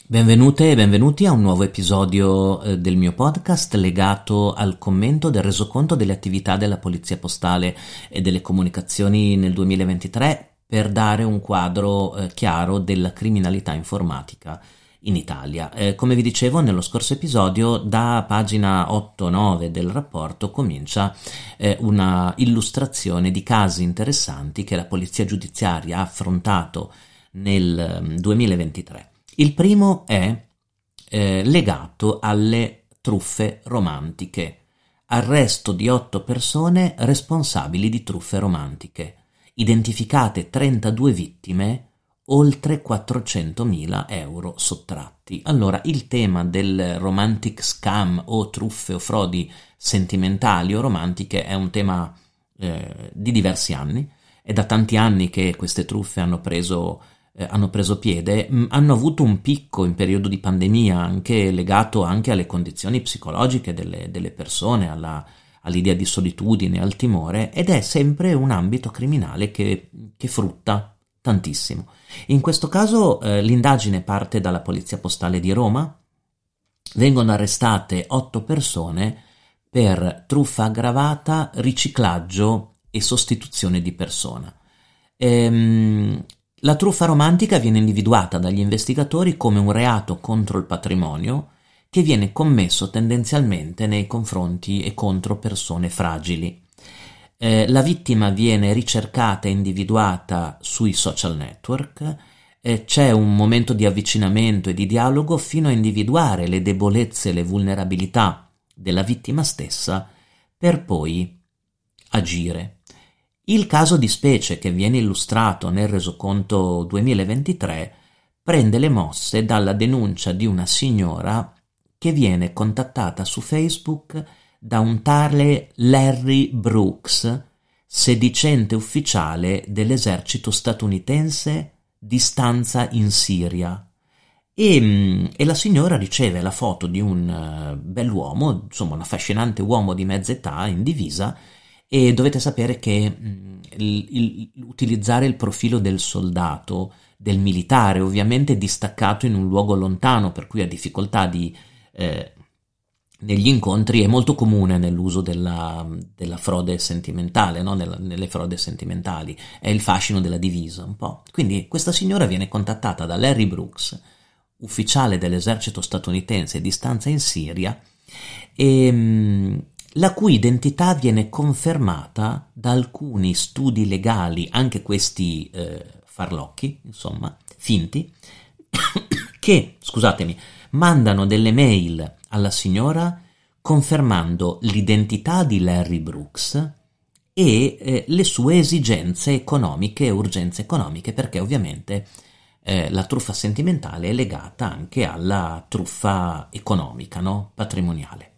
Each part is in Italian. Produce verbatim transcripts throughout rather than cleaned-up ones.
Benvenute e benvenuti a un nuovo episodio eh, del mio podcast legato al commento del resoconto delle attività della Polizia Postale e delle Comunicazioni nel duemilaventitré per dare un quadro eh, chiaro della criminalità informatica in Italia. Eh, come vi dicevo nello scorso episodio, da pagina otto nove del rapporto comincia eh, una illustrazione di casi interessanti che la Polizia Giudiziaria ha affrontato nel um, duemilaventitré. Il primo è eh, legato alle truffe romantiche. Arresto di otto persone responsabili di truffe romantiche. Identificate trentadue vittime, oltre quattrocentomila euro sottratti. Allora, il tema del romantic scam o truffe o frodi sentimentali o romantiche è un tema eh, di diversi anni. È da tanti anni che queste truffe hanno preso Eh, hanno preso piede, mh, hanno avuto un picco in periodo di pandemia, anche legato anche alle condizioni psicologiche delle, delle persone, alla, all'idea di solitudine, al timore, ed è sempre un ambito criminale che, che frutta tantissimo. In questo caso eh, l'indagine parte dalla Polizia Postale di Roma. Vengono arrestate otto persone per truffa aggravata, riciclaggio e sostituzione di persona. Ehm, La truffa romantica viene individuata dagli investigatori come un reato contro il patrimonio che viene commesso tendenzialmente nei confronti e contro persone fragili. Eh, la vittima viene ricercata e individuata sui social network, eh, c'è un momento di avvicinamento e di dialogo fino a individuare le debolezze e le vulnerabilità della vittima stessa per poi agire. Il caso di specie che viene illustrato nel resoconto duemilaventitré prende le mosse dalla denuncia di una signora che viene contattata su Facebook da un tale Larry Brooks, sedicente ufficiale dell'esercito statunitense di stanza in Siria. E, e la signora riceve la foto di un uh, bell'uomo, insomma un affascinante uomo di mezza età in divisa. E dovete sapere che mh, il, il, utilizzare il profilo del soldato, del militare, ovviamente distaccato in un luogo lontano, per cui ha difficoltà di, eh, negli incontri, è molto comune nell'uso della, della frode sentimentale, no? Nella, nelle frode sentimentali. È il fascino della divisa, un po'. Quindi questa signora viene contattata da Larry Brooks, ufficiale dell'esercito statunitense di stanza in Siria, e mh, la cui identità viene confermata da alcuni studi legali, anche questi eh, farlocchi, insomma, finti, che, scusatemi, mandano delle mail alla signora confermando l'identità di Larry Brooks e eh, le sue esigenze economiche e urgenze economiche, perché ovviamente eh, la truffa sentimentale è legata anche alla truffa economica, no? Patrimoniale.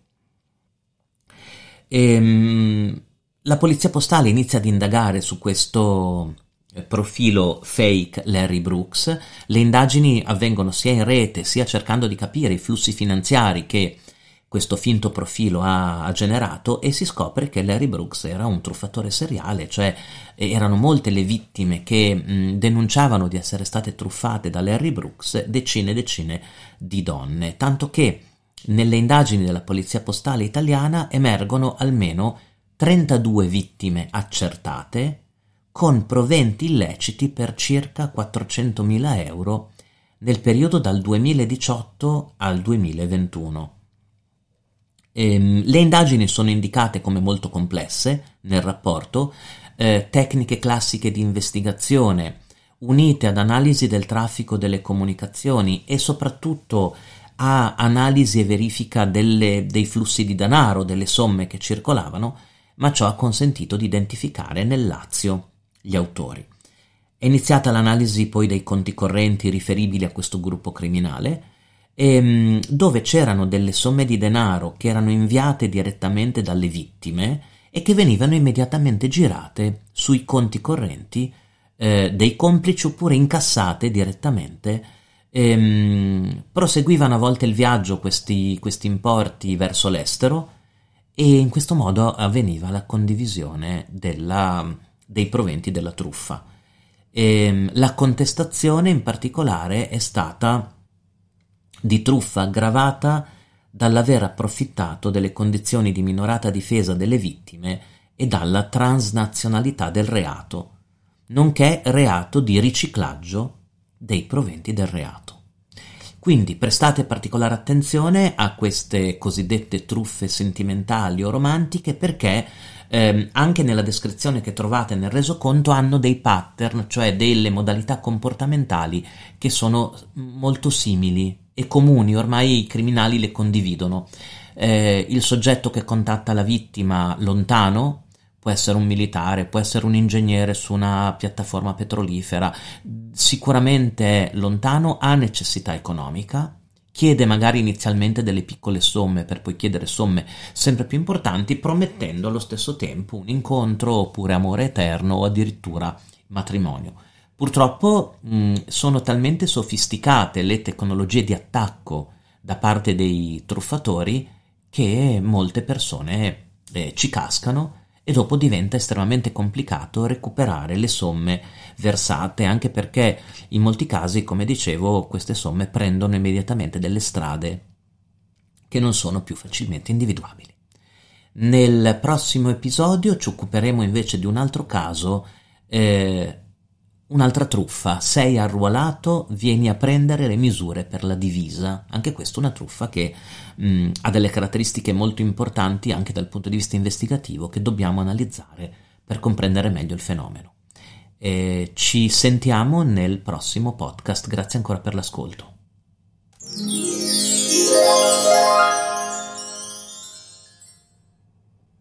E, la Polizia Postale inizia ad indagare su questo profilo fake Larry Brooks. Le indagini avvengono sia in rete sia cercando di capire i flussi finanziari che questo finto profilo ha, ha generato, e si scopre che Larry Brooks era un truffatore seriale, cioè erano molte le vittime che mh, denunciavano di essere state truffate da Larry Brooks, decine e decine di donne, tanto che nelle indagini della Polizia Postale italiana emergono almeno trentadue vittime accertate con proventi illeciti per circa quattrocentomila euro nel periodo dal duemiladiciotto al duemilaventuno. Ehm, le indagini sono indicate come molto complesse nel rapporto, eh, tecniche classiche di investigazione unite ad analisi del traffico delle comunicazioni e soprattutto a analisi e verifica delle, dei flussi di denaro, delle somme che circolavano, ma ciò ha consentito di identificare nel Lazio gli autori. È iniziata l'analisi poi dei conti correnti riferibili a questo gruppo criminale, ehm, dove c'erano delle somme di denaro che erano inviate direttamente dalle vittime e che venivano immediatamente girate sui conti correnti eh, dei complici oppure incassate direttamente. Ehm, proseguivano a volte il viaggio questi, questi importi verso l'estero, e in questo modo avveniva la condivisione della, dei proventi della truffa. Ehm, la contestazione in particolare è stata di truffa aggravata dall'aver approfittato delle condizioni di minorata difesa delle vittime e dalla transnazionalità del reato, nonché reato di riciclaggio dei proventi del reato. Quindi prestate particolare attenzione a queste cosiddette truffe sentimentali o romantiche, perché ehm, anche nella descrizione che trovate nel resoconto hanno dei pattern, cioè delle modalità comportamentali che sono molto simili e comuni, ormai i criminali le condividono. Eh, il soggetto che contatta la vittima lontano, può essere un militare, può essere un ingegnere su una piattaforma petrolifera, sicuramente è lontano, ha necessità economica, chiede magari inizialmente delle piccole somme per poi chiedere somme sempre più importanti, promettendo allo stesso tempo un incontro oppure amore eterno o addirittura matrimonio. Purtroppo mh, sono talmente sofisticate le tecnologie di attacco da parte dei truffatori che molte persone eh, ci cascano, e dopo diventa estremamente complicato recuperare le somme versate, anche perché in molti casi, come dicevo, queste somme prendono immediatamente delle strade che non sono più facilmente individuabili. Nel prossimo episodio ci occuperemo invece di un altro caso, eh, un'altra truffa. Sei arruolato, vieni a prendere le misure per la divisa. Anche questa è una truffa che mh, ha delle caratteristiche molto importanti anche dal punto di vista investigativo, che dobbiamo analizzare per comprendere meglio il fenomeno. E ci sentiamo nel prossimo podcast. Grazie ancora per l'ascolto.